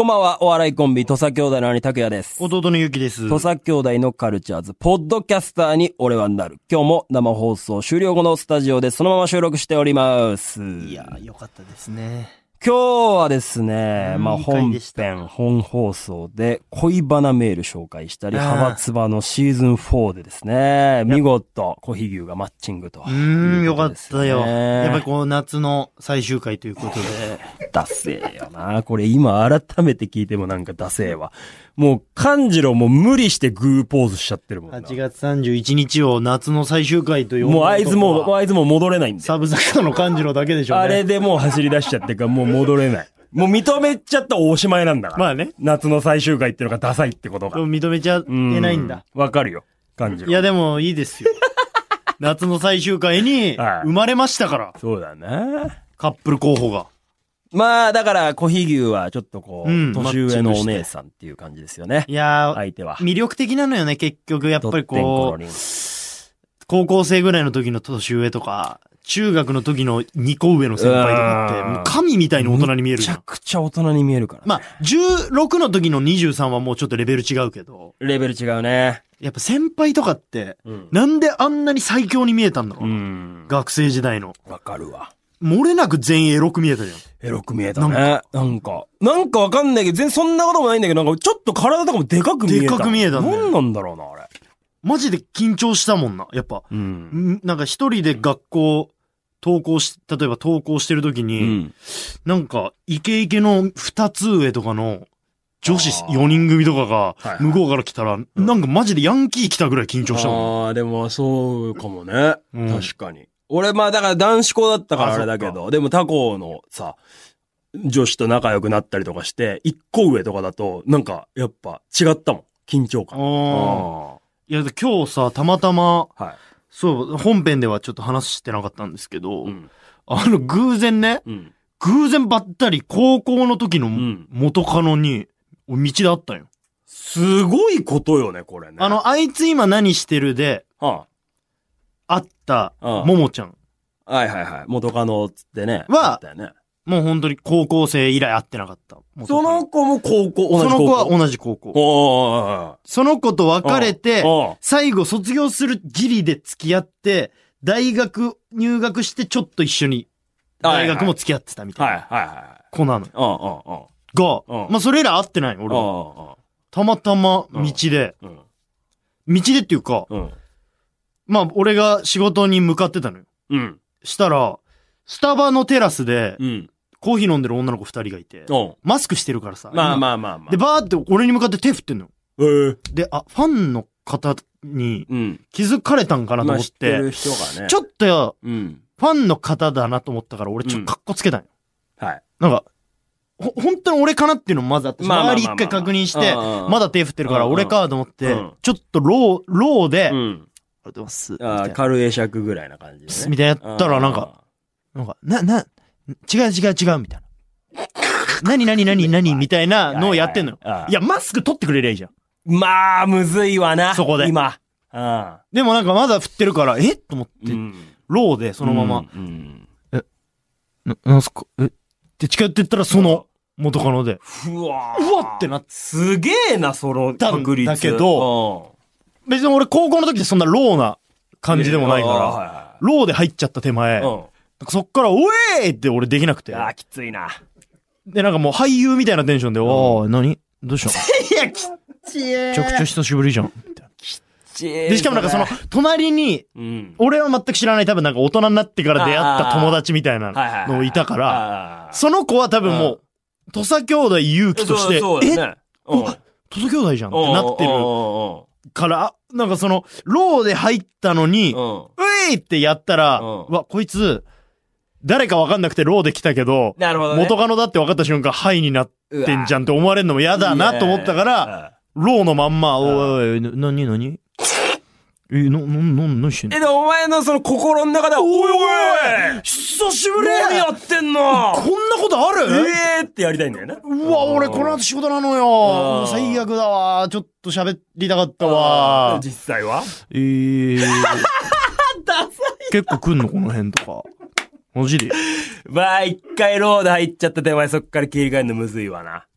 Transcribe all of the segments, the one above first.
こんばんは、お笑いコンビ、土佐兄弟の兄拓也です。 弟のゆきです。 土佐兄弟のカルチャーズ、ポッドキャスターに俺はなる。今日も生放送終了後のスタジオでそのまま収録しております。 いやー、よかったですね。 今日はですね、本編、本放送で恋バナメール紹介したり、派閥場のシーズン4でですね、見事、コヒ牛がマッチングと、 よかったよ。やっぱりこう、夏の最終回ということで。 ダセーよな。これ今改めて聞いてもなんかダセーわ。もう、勘次郎も無理してグーポーズしちゃってるもんな。 8月31日を夏の最終回という。 もうあいつも戻れないんで。 サブ坂の勘次郎だけでしょうね。 あれでもう走り出しちゃってからもう戻れない。もう認めちゃったらおしまいなんだから。 まあね。 夏の最終回っていうのがダサいってことが。 認めちゃいけないんだ。 わかるよ。勘次郎。 いやでもいいですよ。夏の最終回に生まれましたから。はい、 そうだね。 カップル候補が。 まあ、だから、コヒ牛はちょっっとこう、年上のお姉さんっていう感じですよね。 いやー、 相手は。 魅力的なのよね、結局。やっぱりこう、高校生ぐらいの時の年上とか、中学の時の2個上の先輩とかって、もう神みたいに大人に見える。 めちゃくちゃ大人に見えるから、ね。 まあ、16の時の23はもうちょっとレベル違うけど。 レベル違うね。 やっぱ先輩とかって、なんであんなに最強に見えたんだろう、学生時代の。 わかるわ。 漏れなく全員エロく見えたじゃん。 エロく見えたね。なんかわかんないけど、全然そんなこともないんだけど、なんかちょっと体とかもでかく見えた。 でかく見えたね。 なんなんだろうな、あれ。 マジで緊張したもんな、やっぱ。なんか一人で学校、例えば登校してる時に、なんか、イケイケの2つ上とかの、女子4人組とかが、向こうから来たら、なんかマジでヤンキー来たぐらい緊張したもん。 ああ、でもそうかもね。確かに。俺、まあだから男子校だったからあれだけど、でも他校のさ、女子と仲良くなったりとかして、一個上とかだと、なんか、やっぱ違ったもん。緊張感。 いや、今日さ、たまたま、そう、本編ではちょっと話してなかったんですけど、偶然ね、偶然ばったり高校の時の元カノに、道で会ったんよ。 すごいことよね、これね。 あいつ今何してるで、会った、ももちゃん。 はいはいはい。元カノつってね。 もう本当に高校生以来会ってなかった。 その子も同じ高校。 その子は同じ高校。その子と別れて、最後卒業するギリで付き合って、大学入学してちょっと一緒に、大学も付き合ってたみたいな子なのよ。まあそれ以来会ってない俺は。たまたま道で、っていうか、まあ俺が仕事に向かってたのよ。したら、スタバのテラスで、コーヒー飲んでる女の子2人がいて、マスクしてるからさ。 まあ。 で、バーって俺に向かって手振ってんのよ。で、ファンの方に気づかれたんかなと思って、ちょっと、ファンの方だなと思ったから俺ちょっとカッコつけたんよ。なんか、本当に俺かなっていうのもまずあって、周り一回確認して、まだ手振ってるから俺かと思って、ちょっとローで、ありがとうございます。 軽会釈ぐらいな感じでね。 みたいなやったらなんか、違うみたいな。何みたいなのをやってんのよ。いや、マスク取ってくれりゃいいじゃん。まあ、むずいわな。 そこで。 今。 でもなんかまだ振ってるから、と思って、ローでそのまま、なんすかって近寄ってったらその元カノで。 うわってなって。 すげえな、その確率。 だけど、別に俺高校の時ってそんなローな感じでもないから、ローで入っちゃった手前、そっから、おえーって俺できなくて。 きついな。 で、なんかもう俳優みたいなテンションで、何どうしたのいや、きっちー。 めちゃくちゃ久しぶりじゃん。みたいな。 きっちー。 で、しかもなんかその、隣に、俺は全く知らない多分なんか大人になってから出会った友達みたいなのいたから、その子は多分もう、土佐兄弟勇気として、土佐兄弟じゃんってなってるから、なんかその、ローで入ったのに、ういってやったら、こいつ、誰か分かんなくてローで来たけど、元カノだって分かった瞬間、ハイになってんじゃんって思われるのも嫌だなと思ったから、ローのまんま、おい、何何してんの？ で、お前のその心の中では、おい久しぶり何やってんのこんなことあるってやりたいんだよね。 うわ、俺この後仕事なのよ。最悪だわ。ちょっと喋りたかったわ。 実際はダサい。結構来んのこの辺とか。マジで。 まあ、一回ローで入っちゃった手前そっから切り替えるのむずいわな。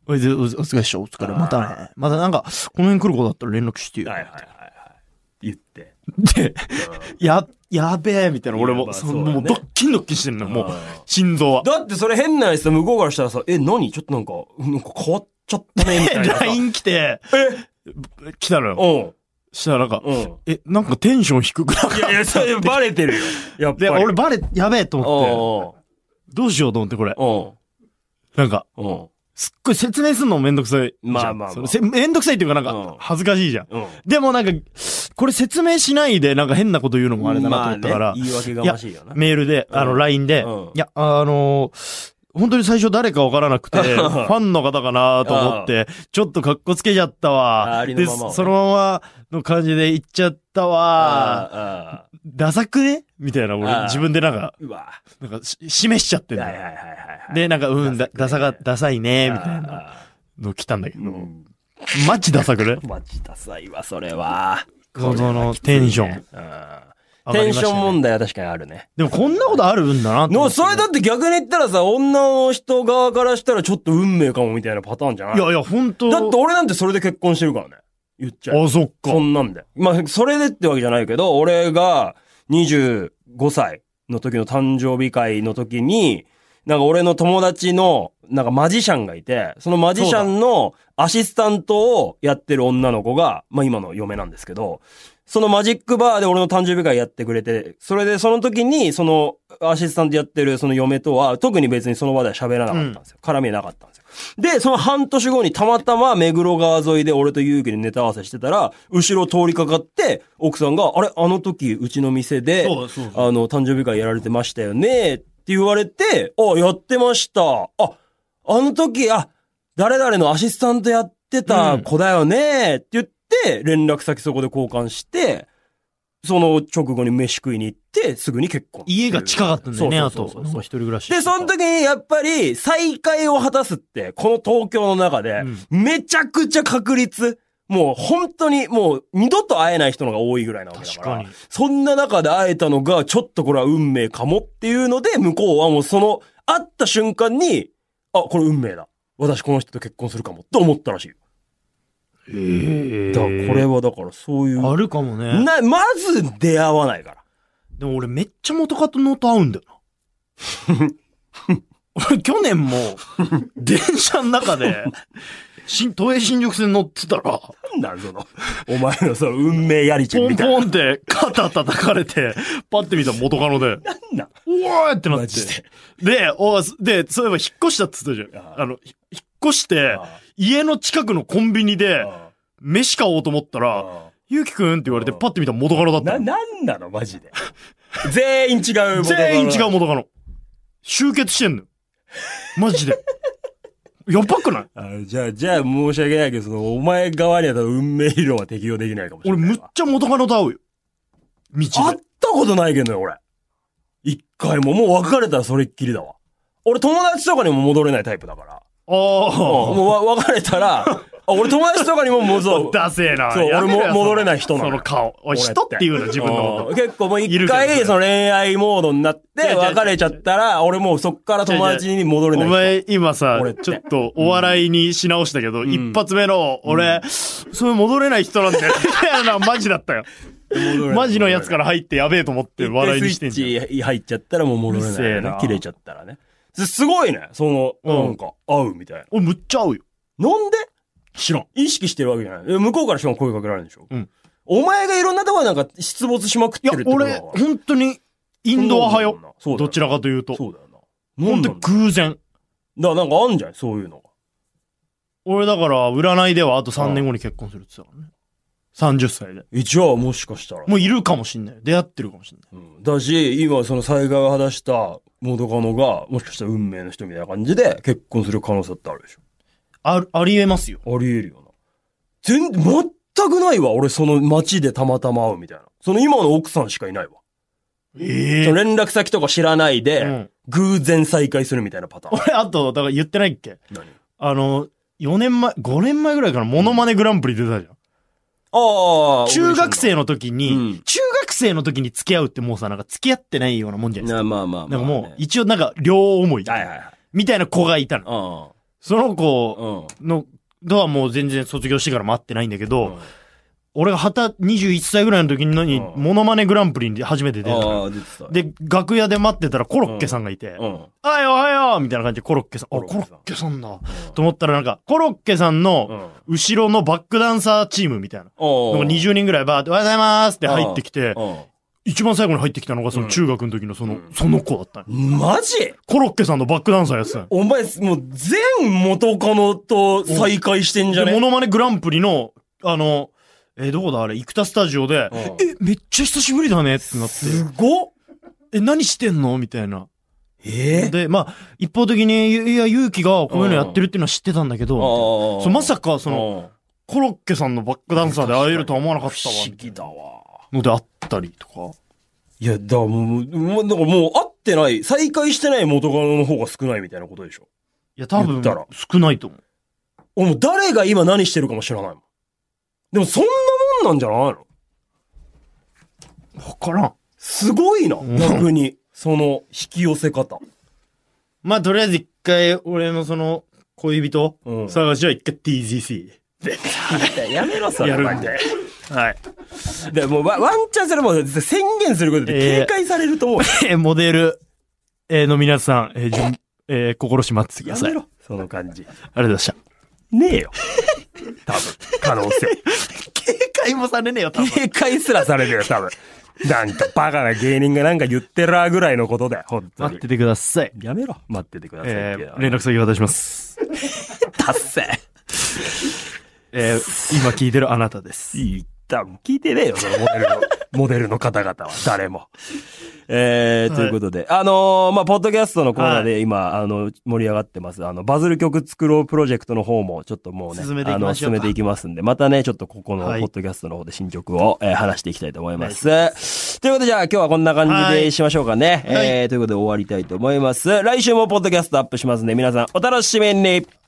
お疲れっしょ、お疲れ。またね。またなんか、この辺来る子だったら連絡してよ。 はいはいはいはい。言って。 で、やべえ、みたいな。俺も、もうドッキンドッキンしてんの、もう、心臓は。 だってそれ変なやつさ、向こうからしたらさ、何ちょっとなんか変わっちゃったね、みたいな。 LINE 来て、来たのよ。したらなんか、なんかテンション低くなった。 いや、それバレてるよ。やっぱり。で、 俺やべえと思って。どうしようと思って、これ。なんか、すっごい説明すんのもめんどくさい。 まあ。 めんどくさいっていうかなんか、恥ずかしいじゃん。でもなんか、これ説明しないでなんか変なこと言うのもあれだなと思ったから。 言い訳がましいよな。 メールで、LINE で、いや、本当に最初誰かわからなくて、ファンの方かなと思って、ちょっと格好つけちゃったわ。で、そのままの感じで言っちゃったわ。ダサくねみたいな、俺自分でなんか示しちゃってんだよ。で、なんか、ダサいね、みたいなの来たんだけど。マジダサくねマジダサいわ、それは。 そのテンション。 テンション問題は確かにあるね。 でもこんなことあるんだなって。 それだって逆に言ったらさ、女の人側からしたらちょっと運命かもみたいなパターンじゃない？ いや、本当。 だって俺なんてそれで結婚してるからね。言っちゃう。 あ、そっか。 そんなんで。まあ、それでってわけじゃないけど、俺が25歳の時の誕生日会の時に、なんか俺の友達の、なんかマジシャンがいて、そのマジシャンのアシスタントをやってる女の子が、まあ今の嫁なんですけど、そのマジックバーで俺の誕生日会やってくれて、それでその時にそのアシスタントやってるその嫁とは特に別にその場では喋らなかったんですよ。絡みなかったんですよ。で、その半年後にたまたま目黒川沿いで俺と勇気でネタ合わせしてたら、後ろ通りかかって奥さんが、あれあの時うちの店で、誕生日会やられてましたよねって言われて、やってました。あの時、誰々のアシスタントやってた子だよねって言って、連絡先そこで交換して、その直後に飯食いに行って、すぐに結婚。 家が近かったんだよね、あと。一人暮らし。 で、その時にやっぱり再会を果たすって、この東京の中で、めちゃくちゃ確率、もう本当にもう二度と会えない人のが多いぐらいなわけだから。確かに。そんな中で会えたのが、ちょっとこれは運命かもっていうので、向こうはもうその、会った瞬間に、これ運命だ。私この人と結婚するかもって思ったらしいよ。これはだからそういう。 あるかもね。 まず出会わないから。 でも俺めっちゃ元カノと会うんだよな。俺去年も、電車の中で、都営新宿線乗ってたら、 なんその、お前のその運命やりちんみたいな。 ポンポンって肩叩かれて、パッて見たら元カノで、 なんだおーってなって。で、そういえば引っ越したって言ったじゃん。引っ越して、家の近くのコンビニで、飯買おうと思ったら、ゆうきくんって言われてパッて見たら元カノだった。 なんなのマジで。全員違う元カノ。全員違う元カノ。集結してんのよ。マジで。やばくないじゃあ申し訳ないけど、お前側には運命理論は適用できないかもしれない。 俺むっちゃ元カノと会うよ。道で。 会ったことないけどよ、俺。一回も。もう別れたらそれっきりだわ。俺友達とかにも戻れないタイプだから。もう別れたら、俺友達とかにももうそう。 ダセーな。 そう、俺も戻れない人なの。 その顔。人っていうの自分の。 結構もう一回その恋愛モードになって別れちゃったら、俺もうそっから友達に戻れない。 お前今さ、ちょっとお笑いにし直したけど、一発目の、俺、そういう戻れない人なんだよ。みたいなマジだったよ。マジのやつから入ってやべえと思って笑いにしてんじゃん。 スイッチ入っちゃったらもう戻れない。切れちゃったらね。すごいね。なんか、会うみたいな。 俺むっちゃ会うよ。 なんで知らん。 意識してるわけじゃない。向こうからしかも声かけられるんでしょ。お前がいろんなところなんか出没しまくってるってことだから。 俺、本当に、インドア派よ。どちらかというと。 そうだよな。 本当に偶然。 だからなんかあんじゃん、そういうのが。 俺だから、占いではあと3年後に結婚するって言ってたからね。30歳で。 じゃあもしかしたら。 もういるかもしんない。出会ってるかもしんない。 だし、今その災害を果たした元カノが、もしかしたら運命の人みたいな感じで結婚する可能性だってあるでしょ。 ありえますよ。 ありえるよな。全くないわ。俺その街でたまたま会うみたいな。その今の奥さんしかいないわ。その連絡先とか知らないで、偶然再会するみたいなパターン。 俺、あと、だから言ってないっけ？ 何 4年前、5年前ぐらいからモノマネグランプリ出たじゃん。中学生の時に、中学生の時に付き合うってもうさ、なんか付き合ってないようなもんじゃないですか。 まあ。 なんかもう、一応なんか両思い。みたいな子がいたの。 その子の、とはもう全然卒業してからも会ってないんだけど、俺が21歳ぐらいの時にモノマネグランプリに初めて出たの。で、楽屋で待ってたらコロッケさんがいて、あいおはようみたいな感じでコロッケさん、コロッケさんだ。と思ったらなんか、コロッケさんの後ろのバックダンサーチームみたいな。20人ぐらいバーっておはようございますって入ってきて、一番最後に入ってきたのがその中学の時のその子だったマジ？ コロッケさんのバックダンサーやつだ。 お前、もう全元カノと再会してんじゃね？ モノマネグランプリの、どこだあれ、生田スタジオで、めっちゃ久しぶりだねってなって。 すごっ！ 何してんのみたいな。で、まあ、一方的に、いや、勇気がこういうのやってるっていうのは知ってたんだけど、まさか、コロッケさんのバックダンサーで会えるとは思わなかったわ。 不思議だわ。 ので会ったりとか。 いや、だからもう会ってない、再会してない元カノの方が少ないみたいなことでしょ。 いや、多分、少ないと思う。 俺もう誰が今何してるかも知らないもん。でもそんなもんなんじゃないの？ わからん。 すごいな、逆に。その、引き寄せ方。 まあ、とりあえず一回、俺のその、恋人、探しは一回 TGC で。 やめろ、それ。 やるんで。はい。 でもワンチャンそれも宣言することで警戒されると思う。 モデル、の皆さん、心しまってください。 やめろ、その感じ。 ありがとうございました。 ねえよ。多分、可能性。 警戒もされねえよ、多分。 警戒すらされるよ、多分。なんかバカな芸人がなんか言ってらぐらいのことだよ、ほんとに。 待っててください。 やめろ、待っててください。 連絡先渡します。 達成。 今聞いてるあなたです。 多分聞いてねえよ、そのモデルの方々は、誰も。ということで、まあ、ポッドキャストのコーナーで今、盛り上がってます。バズる曲作ろうプロジェクトの方も、ちょっともうね、進めていきますんで、またね、ちょっとここのポッドキャストの方で進捗を、話していきたいと思います。ということで、じゃあ今日はこんな感じでしましょうかね。ということで終わりたいと思います。来週もポッドキャストアップしますんで、皆さんお楽しみに。